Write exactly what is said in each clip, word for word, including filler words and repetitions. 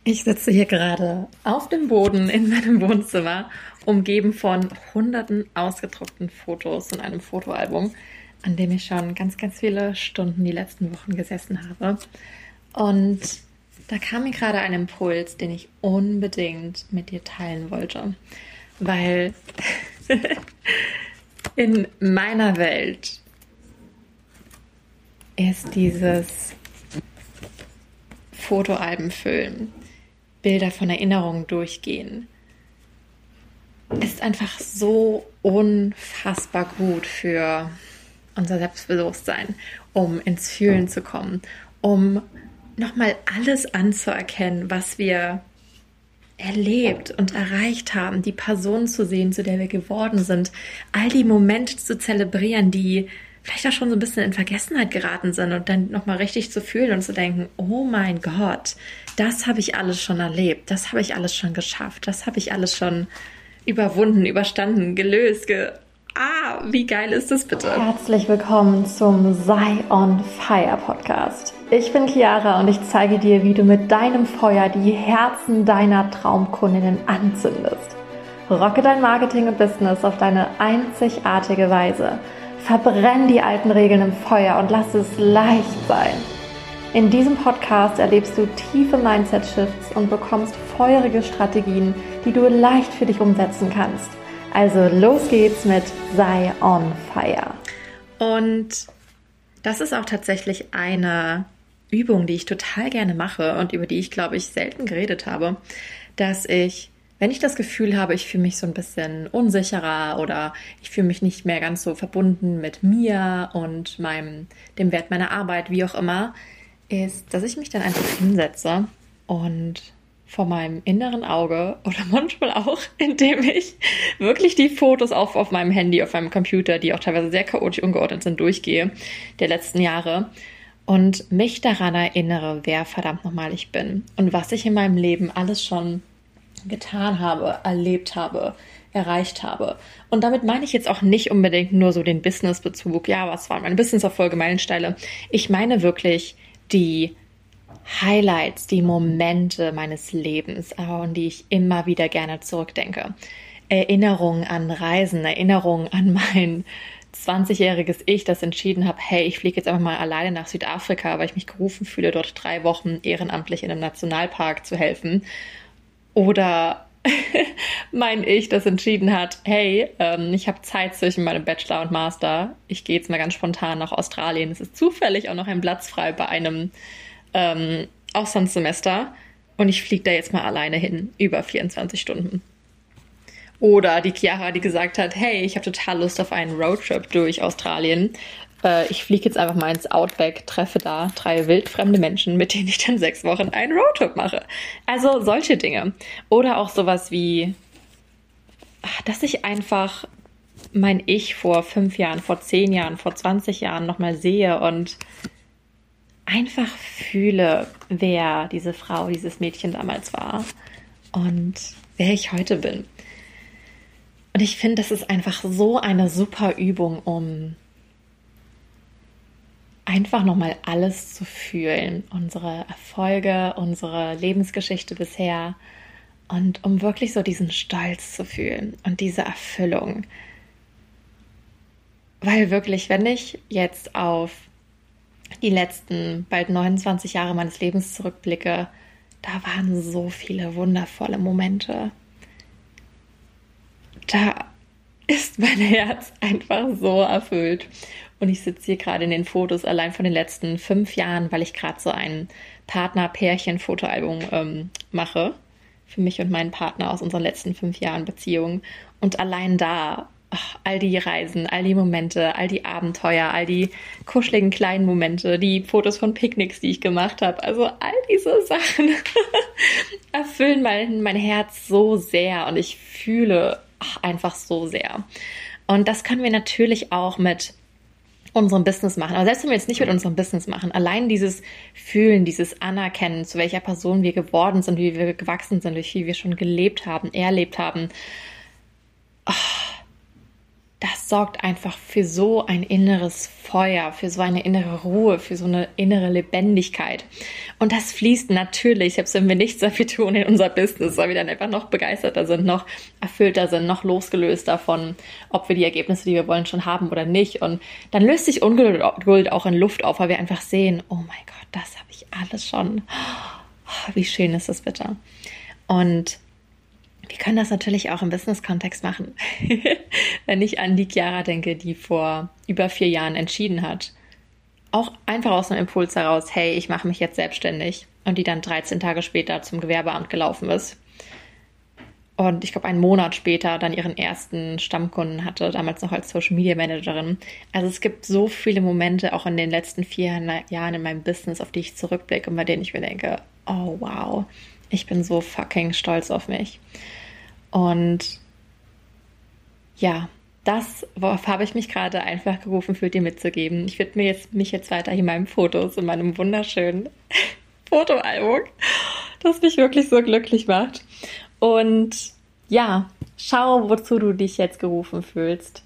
Ich sitze hier gerade auf dem Boden in meinem Wohnzimmer, umgeben von hunderten ausgedruckten Fotos in einem Fotoalbum, an dem ich schon ganz, ganz viele Stunden die letzten Wochen gesessen habe. Und da kam mir gerade ein Impuls, den ich unbedingt mit dir teilen wollte, weil in meiner Welt ist dieses Fotoalben füllen, Bilder von Erinnerungen durchgehen, ist einfach so unfassbar gut für unser Selbstbewusstsein, um ins Fühlen zu kommen, um nochmal alles anzuerkennen, was wir erlebt und erreicht haben, die Person zu sehen, zu der wir geworden sind, all die Momente zu zelebrieren, die vielleicht auch schon so ein bisschen in Vergessenheit geraten sind und dann nochmal richtig zu fühlen und zu denken, oh mein Gott, das habe ich alles schon erlebt, das habe ich alles schon geschafft, das habe ich alles schon überwunden, überstanden, gelöst, ge ah, wie geil ist das bitte? Herzlich willkommen zum Sei on Fire Podcast. Ich bin Chiara und ich zeige dir, wie du mit deinem Feuer die Herzen deiner Traumkundinnen anzündest. Rocke dein Marketing und Business auf deine einzigartige Weise. Verbrenn die alten Regeln im Feuer und lass es leicht sein. In diesem Podcast erlebst du tiefe Mindset-Shifts und bekommst feurige Strategien, die du leicht für dich umsetzen kannst. Also los geht's mit Sei on Fire. Und das ist auch tatsächlich eine Übung, die ich total gerne mache und über die ich, glaube ich, selten geredet habe, dass ich, wenn ich das Gefühl habe, ich fühle mich so ein bisschen unsicherer oder ich fühle mich nicht mehr ganz so verbunden mit mir und meinem, dem Wert meiner Arbeit, wie auch immer, ist, dass ich mich dann einfach hinsetze und vor meinem inneren Auge oder manchmal auch, indem ich wirklich die Fotos auf, auf meinem Handy, auf meinem Computer, die auch teilweise sehr chaotisch ungeordnet sind, durchgehe, der letzten Jahre und mich daran erinnere, wer verdammt nochmal ich bin und was ich in meinem Leben alles schon getan habe, erlebt habe, erreicht habe. Und damit meine ich jetzt auch nicht unbedingt nur so den Business-Bezug, ja, was waren meine Business-Erfolge, Meilensteine. Ich meine wirklich die Highlights, die Momente meines Lebens, an die ich immer wieder gerne zurückdenke. Erinnerungen an Reisen, Erinnerungen an mein zwanzigjähriges Ich, das entschieden habe, hey, ich fliege jetzt einfach mal alleine nach Südafrika, weil ich mich gerufen fühle, dort drei Wochen ehrenamtlich in einem Nationalpark zu helfen. Oder mein Ich, das entschieden hat, hey, ähm, ich habe Zeit zwischen meinem Bachelor und Master. Ich gehe jetzt mal ganz spontan nach Australien. Es ist zufällig auch noch ein Platz frei bei einem ähm, Auslandssemester. Und ich fliege da jetzt mal alleine hin, über vierundzwanzig Stunden. Oder die Chiara, die gesagt hat, hey, ich habe total Lust auf einen Roadtrip durch Australien. Äh, ich fliege jetzt einfach mal ins Outback, treffe da drei wildfremde Menschen, mit denen ich dann sechs Wochen einen Roadtrip mache. Also solche Dinge. Oder auch sowas wie, dass ich einfach mein Ich vor fünf Jahren, vor zehn Jahren, vor zwanzig Jahren nochmal sehe und einfach fühle, wer diese Frau, dieses Mädchen damals war und wer ich heute bin. Und ich finde, das ist einfach so eine super Übung, um einfach nochmal alles zu fühlen. Unsere Erfolge, unsere Lebensgeschichte bisher und um wirklich so diesen Stolz zu fühlen und diese Erfüllung. Weil wirklich, wenn ich jetzt auf die letzten bald neunundzwanzig Jahre meines Lebens zurückblicke, da waren so viele wundervolle Momente. Da ist mein Herz einfach so erfüllt. Und ich sitze hier gerade in den Fotos allein von den letzten fünf Jahren, weil ich gerade so ein Partner-Pärchen-Fotoalbum ähm, mache. Für mich und meinen Partner aus unseren letzten fünf Jahren Beziehung. Und allein da, ach, all die Reisen, all die Momente, all die Abenteuer, all die kuscheligen kleinen Momente, die Fotos von Picknicks, die ich gemacht habe. Also all diese Sachen erfüllen mein, mein Herz so sehr. Und ich fühle ach, einfach so sehr. Und das können wir natürlich auch mit unserem Business machen. Aber selbst wenn wir jetzt nicht mit unserem Business machen, allein dieses Fühlen, dieses Anerkennen, zu welcher Person wir geworden sind, wie wir gewachsen sind, wie viel wir schon gelebt haben, erlebt haben, oh, das sorgt einfach für so ein inneres Feuer, für so eine innere Ruhe, für so eine innere Lebendigkeit. Und das fließt natürlich, selbst wenn wir nichts dafür tun in unser Business, weil wir dann einfach noch begeisterter sind, noch erfüllter sind, noch losgelöst davon, ob wir die Ergebnisse, die wir wollen, schon haben oder nicht. Und dann löst sich Ungeduld auch in Luft auf, weil wir einfach sehen, oh mein Gott, das habe ich alles schon. Oh, wie schön ist das bitte. Und wir können das natürlich auch im Business-Kontext machen. Wenn ich an die Chiara denke, die vor über vier Jahren entschieden hat, auch einfach aus einem Impuls heraus, hey, ich mache mich jetzt selbstständig, und die dann dreizehn Tage später zum Gewerbeamt gelaufen ist. Und ich glaube, einen Monat später dann ihren ersten Stammkunden hatte, damals noch als Social-Media-Managerin. Also es gibt so viele Momente auch in den letzten vier Jahren in meinem Business, auf die ich zurückblicke und bei denen ich mir denke, oh wow, ich bin so fucking stolz auf mich. Und ja, das habe ich mich gerade einfach gerufen, für dir mitzugeben. Ich widme jetzt, mich jetzt weiter hier meinen Fotos in meinem wunderschönen Fotoalbum, das mich wirklich so glücklich macht. Und ja, schau, wozu du dich jetzt gerufen fühlst.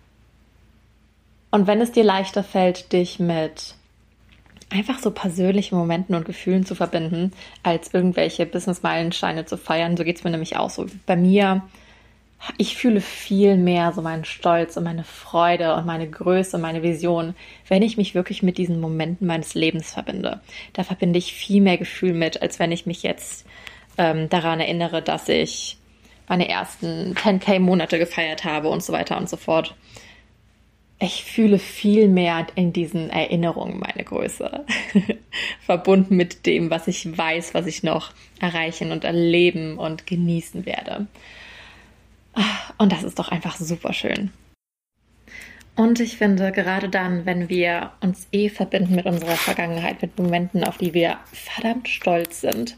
Und wenn es dir leichter fällt, dich mit einfach so persönlichen Momenten und Gefühlen zu verbinden, als irgendwelche Business-Meilensteine zu feiern. So geht es mir nämlich auch so. Bei mir, ich fühle viel mehr so meinen Stolz und meine Freude und meine Größe und meine Vision, wenn ich mich wirklich mit diesen Momenten meines Lebens verbinde. Da verbinde ich viel mehr Gefühl mit, als wenn ich mich jetzt ähm, daran erinnere, dass ich meine ersten zehn K Monate gefeiert habe und so weiter und so fort. Ich fühle viel mehr in diesen Erinnerungen meine Größe, verbunden mit dem, was ich weiß, was ich noch erreichen und erleben und genießen werde. Und das ist doch einfach super schön. Und ich finde, gerade dann, wenn wir uns eh verbinden mit unserer Vergangenheit, mit Momenten, auf die wir verdammt stolz sind,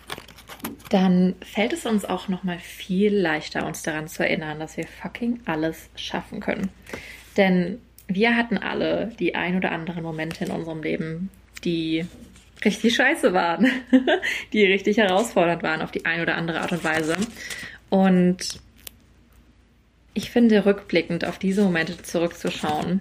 dann fällt es uns auch nochmal viel leichter, uns daran zu erinnern, dass wir fucking alles schaffen können. Denn wir hatten alle die ein oder anderen Momente in unserem Leben, die richtig scheiße waren, die richtig herausfordernd waren auf die eine oder andere Art und Weise. Und ich finde, rückblickend auf diese Momente zurückzuschauen,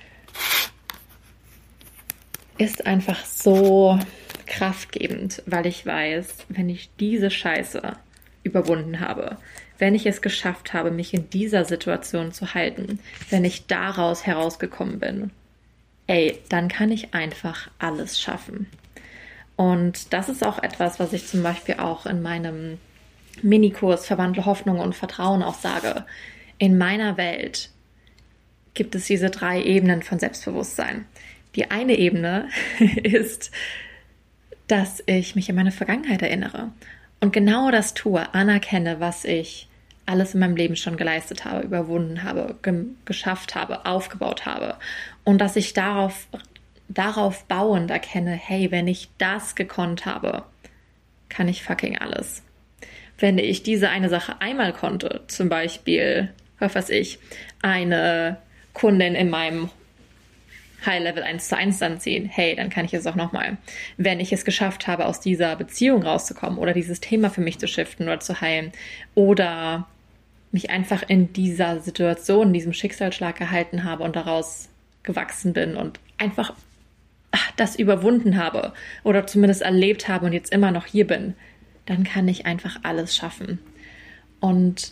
ist einfach so kraftgebend, weil ich weiß, wenn ich diese Scheiße überwunden habe, wenn ich es geschafft habe, mich in dieser Situation zu halten, wenn ich daraus herausgekommen bin, ey, dann kann ich einfach alles schaffen. Und das ist auch etwas, was ich zum Beispiel auch in meinem Minikurs Verwandle Hoffnung und Vertrauen auch sage. In meiner Welt gibt es diese drei Ebenen von Selbstbewusstsein. Die eine Ebene ist, dass ich mich an meine Vergangenheit erinnere und genau das tue, anerkenne, was ich alles in meinem Leben schon geleistet habe, überwunden habe, ge- geschafft habe, aufgebaut habe. Und dass ich darauf, darauf bauend erkenne, hey, wenn ich das gekonnt habe, kann ich fucking alles. Wenn ich diese eine Sache einmal konnte, zum Beispiel, was weiß ich, eine Kundin in meinem High-Level eins zu eins anziehen, hey, dann kann ich es auch nochmal. Wenn ich es geschafft habe, aus dieser Beziehung rauszukommen oder dieses Thema für mich zu shiften oder zu heilen oder mich einfach in dieser Situation, in diesem Schicksalsschlag gehalten habe und daraus gewachsen bin und einfach ach, das überwunden habe oder zumindest erlebt habe und jetzt immer noch hier bin, dann kann ich einfach alles schaffen. Und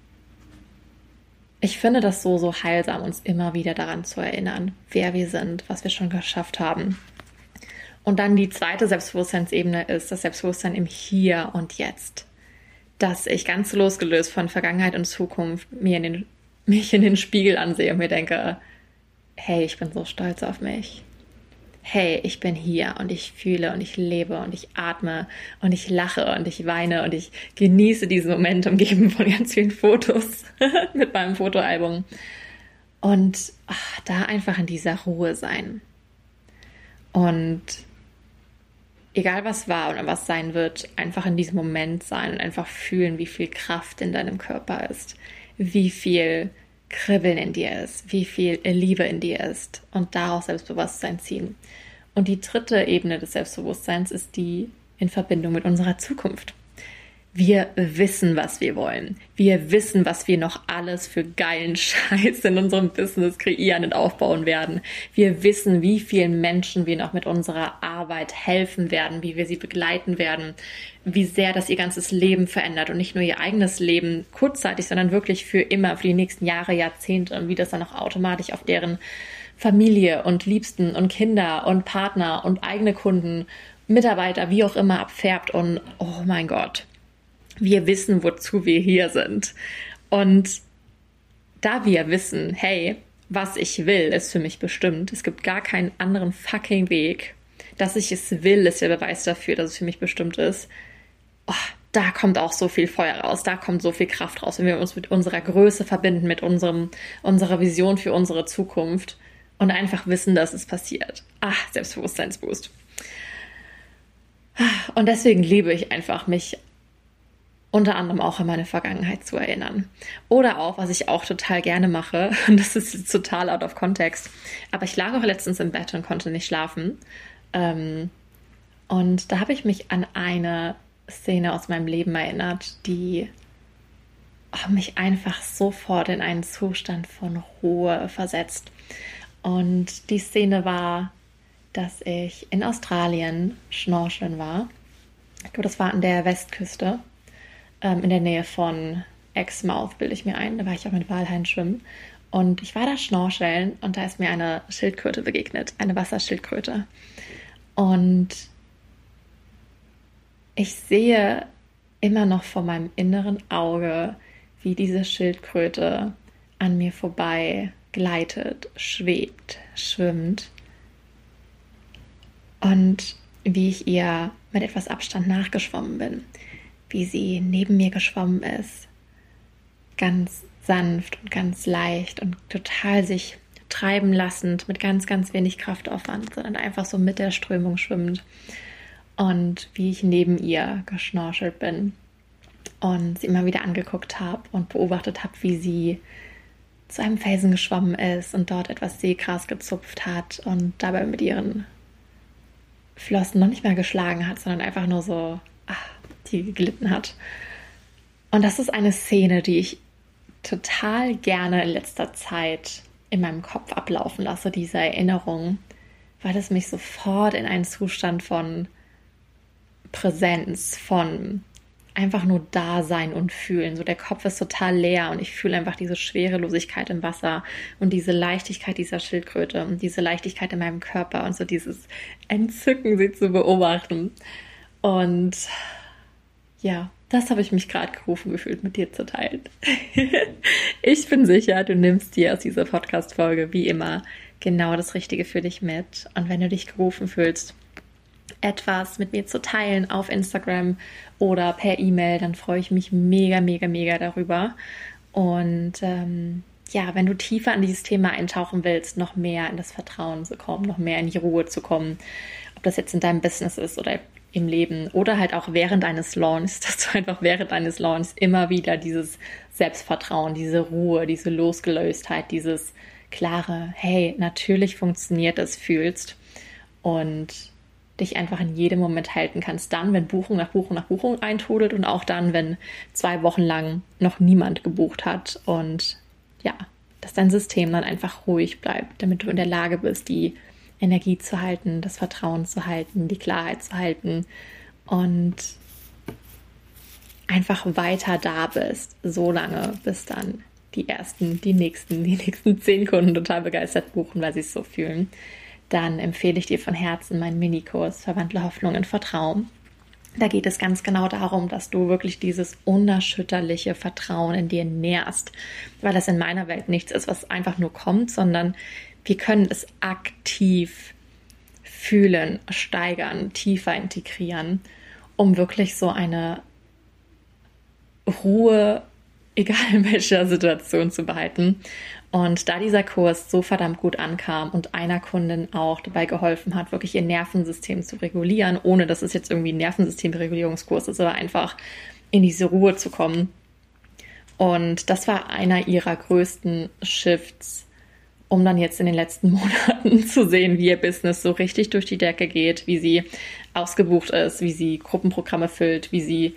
ich finde das so, so heilsam, uns immer wieder daran zu erinnern, wer wir sind, was wir schon geschafft haben. Und dann die zweite Selbstbewusstseinsebene ist das Selbstbewusstsein im Hier und Jetzt. Dass ich ganz losgelöst von Vergangenheit und Zukunft mir in den, mich in den Spiegel ansehe und mir denke, hey, ich bin so stolz auf mich. Hey, ich bin hier und ich fühle und ich lebe und ich atme und ich lache und ich weine und ich genieße diesen Moment, umgeben von ganz vielen Fotos mit meinem Fotoalbum. Und ach, da einfach in dieser Ruhe sein. Und egal was war oder was sein wird, einfach in diesem Moment sein und einfach fühlen, wie viel Kraft in deinem Körper ist, wie viel Kribbeln in dir ist, wie viel Liebe in dir ist und daraus Selbstbewusstsein ziehen. Und die dritte Ebene des Selbstbewusstseins ist die in Verbindung mit unserer Zukunft. Wir wissen, was wir wollen. Wir wissen, was wir noch alles für geilen Scheiß in unserem Business kreieren und aufbauen werden. Wir wissen, wie vielen Menschen wir noch mit unserer Arbeit helfen werden, wie wir sie begleiten werden, wie sehr das ihr ganzes Leben verändert und nicht nur ihr eigenes Leben kurzzeitig, sondern wirklich für immer, für die nächsten Jahre, Jahrzehnte und wie das dann auch automatisch auf deren Familie und Liebsten und Kinder und Partner und eigene Kunden, Mitarbeiter, wie auch immer abfärbt. Und oh mein Gott, wir wissen, wozu wir hier sind. Und da wir wissen, hey, was ich will, ist für mich bestimmt. Es gibt gar keinen anderen fucking Weg. Dass ich es will, ist der Beweis dafür, dass es für mich bestimmt ist. Oh, da kommt auch so viel Feuer raus, da kommt so viel Kraft raus, wenn wir uns mit unserer Größe verbinden, mit unserem, unserer Vision für unsere Zukunft und einfach wissen, dass es passiert. Ach, Selbstbewusstseinsboost. Und deswegen liebe ich einfach, mich unter anderem auch an meine Vergangenheit zu erinnern. Oder auch, was ich auch total gerne mache, und das ist jetzt total out of context, aber ich lag auch letztens im Bett und konnte nicht schlafen. Ähm, und da habe ich mich an eine Szene aus meinem Leben erinnert, die oh, mich einfach sofort in einen Zustand von Ruhe versetzt. Und die Szene war, dass ich in Australien schnorcheln war. Ich glaube, das war an der Westküste, ähm, in der Nähe von Exmouth, bilde ich mir ein. Da war ich auch mit Walhaien schwimmen. Und ich war da schnorcheln und da ist mir eine Schildkröte begegnet, eine Wasserschildkröte. Und ich sehe immer noch vor meinem inneren Auge, wie diese Schildkröte an mir vorbei gleitet, schwebt, schwimmt. Und wie ich ihr mit etwas Abstand nachgeschwommen bin, wie sie neben mir geschwommen ist, ganz sanft und ganz leicht und total sich treiben lassend, mit ganz, ganz wenig Kraftaufwand, sondern einfach so mit der Strömung schwimmend. Und wie ich neben ihr geschnorchelt bin und sie immer wieder angeguckt habe und beobachtet habe, wie sie zu einem Felsen geschwommen ist und dort etwas Seegras gezupft hat und dabei mit ihren Flossen noch nicht mal geschlagen hat, sondern einfach nur so, ach, die gelitten hat. Und das ist eine Szene, die ich total gerne in letzter Zeit in meinem Kopf ablaufen lasse, diese Erinnerung, weil es mich sofort in einen Zustand von Präsenz, von einfach nur da sein und fühlen. So der Kopf ist total leer und ich fühle einfach diese Schwerelosigkeit im Wasser und diese Leichtigkeit dieser Schildkröte und diese Leichtigkeit in meinem Körper und so dieses Entzücken, sie zu beobachten. Und ja, das habe ich mich gerade gerufen gefühlt, mit dir zu teilen. Ich bin sicher, du nimmst dir aus dieser Podcast-Folge wie immer genau das Richtige für dich mit. Und wenn du dich gerufen fühlst, etwas mit mir zu teilen auf Instagram oder per E-Mail, dann freue ich mich mega, mega, mega darüber. Und ähm, ja, wenn du tiefer in dieses Thema eintauchen willst, noch mehr in das Vertrauen zu kommen, noch mehr in die Ruhe zu kommen, ob das jetzt in deinem Business ist oder im Leben oder halt auch während eines Launches, dass du einfach während eines Launches immer wieder dieses Selbstvertrauen, diese Ruhe, diese Losgelöstheit, dieses klare, hey, natürlich funktioniert das, fühlst und dich einfach in jedem Moment halten kannst, dann, wenn Buchung nach Buchung nach Buchung eintrudelt und auch dann, wenn zwei Wochen lang noch niemand gebucht hat und ja, dass dein System dann einfach ruhig bleibt, damit du in der Lage bist, die Energie zu halten, das Vertrauen zu halten, die Klarheit zu halten und einfach weiter da bist, so lange, bis dann die ersten, die nächsten, die nächsten zehn Kunden total begeistert buchen, weil sie es so fühlen. Dann empfehle ich dir von Herzen meinen Minikurs Verwandle Hoffnung in Vertrauen. Da geht es ganz genau darum, dass du wirklich dieses unerschütterliche Vertrauen in dir nährst, weil das in meiner Welt nichts ist, was einfach nur kommt, sondern wir können es aktiv fühlen, steigern, tiefer integrieren, um wirklich so eine Ruhe, egal in welcher Situation, zu behalten. Und da dieser Kurs so verdammt gut ankam und einer Kundin auch dabei geholfen hat, wirklich ihr Nervensystem zu regulieren, ohne dass es jetzt irgendwie ein Nervensystemregulierungskurs ist, aber einfach in diese Ruhe zu kommen. Und das war einer ihrer größten Shifts, um dann jetzt in den letzten Monaten zu sehen, wie ihr Business so richtig durch die Decke geht, wie sie ausgebucht ist, wie sie Gruppenprogramme füllt, wie sie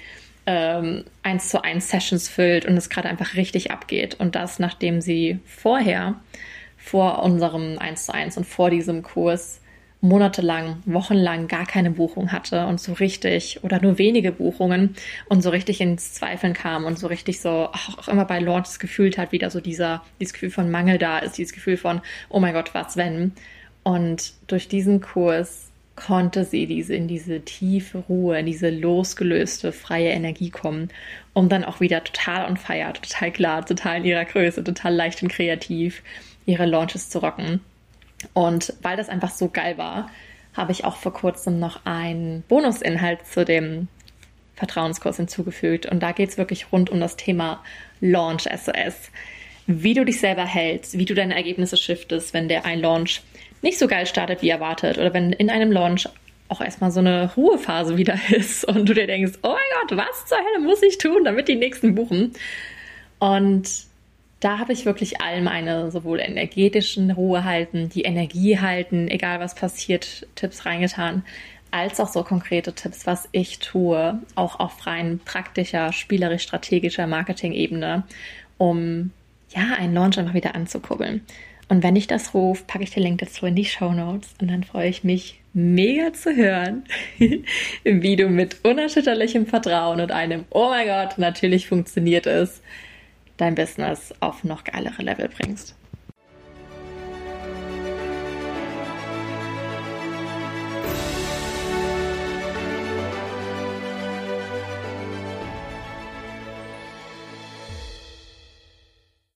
ähm, eins zu eins Sessions füllt und es gerade einfach richtig abgeht. Und das, nachdem sie vorher, vor unserem eins zu eins und vor diesem Kurs monatelang, wochenlang gar keine Buchung hatte und so richtig oder nur wenige Buchungen und so richtig ins Zweifeln kam und so richtig so auch immer bei Launches gefühlt hat, wieder so dieser, dieses Gefühl von Mangel da ist, dieses Gefühl von, oh mein Gott, was wenn? Und durch diesen Kurs konnte sie diese in diese tiefe Ruhe, in diese losgelöste, freie Energie kommen, um dann auch wieder total on fire, total klar, total in ihrer Größe, total leicht und kreativ ihre Launches zu rocken. Und weil das einfach so geil war, habe ich auch vor kurzem noch einen Bonusinhalt zu dem Vertrauenskurs hinzugefügt. Und da geht es wirklich rund um das Thema Launch S O S. Wie du dich selber hältst, wie du deine Ergebnisse shiftest, wenn der ein Launch nicht so geil startet wie erwartet oder wenn in einem Launch auch erstmal so eine Ruhephase wieder ist und du dir denkst, oh mein Gott, was zur Hölle muss ich tun, damit die nächsten buchen? Und da habe ich wirklich all meine sowohl energetischen Ruhe halten, die Energie halten, egal was passiert, Tipps reingetan, als auch so konkrete Tipps, was ich tue, auch auf rein praktischer, spielerisch-strategischer Marketing-Ebene, um ja einen Launch einfach wieder anzukurbeln. Und wenn ich das rufe, packe ich den Link dazu in die Shownotes und dann freue ich mich mega zu hören, wie du mit unerschütterlichem Vertrauen und einem oh mein Gott, natürlich funktioniert es, dein Business auf noch geilere Level bringst.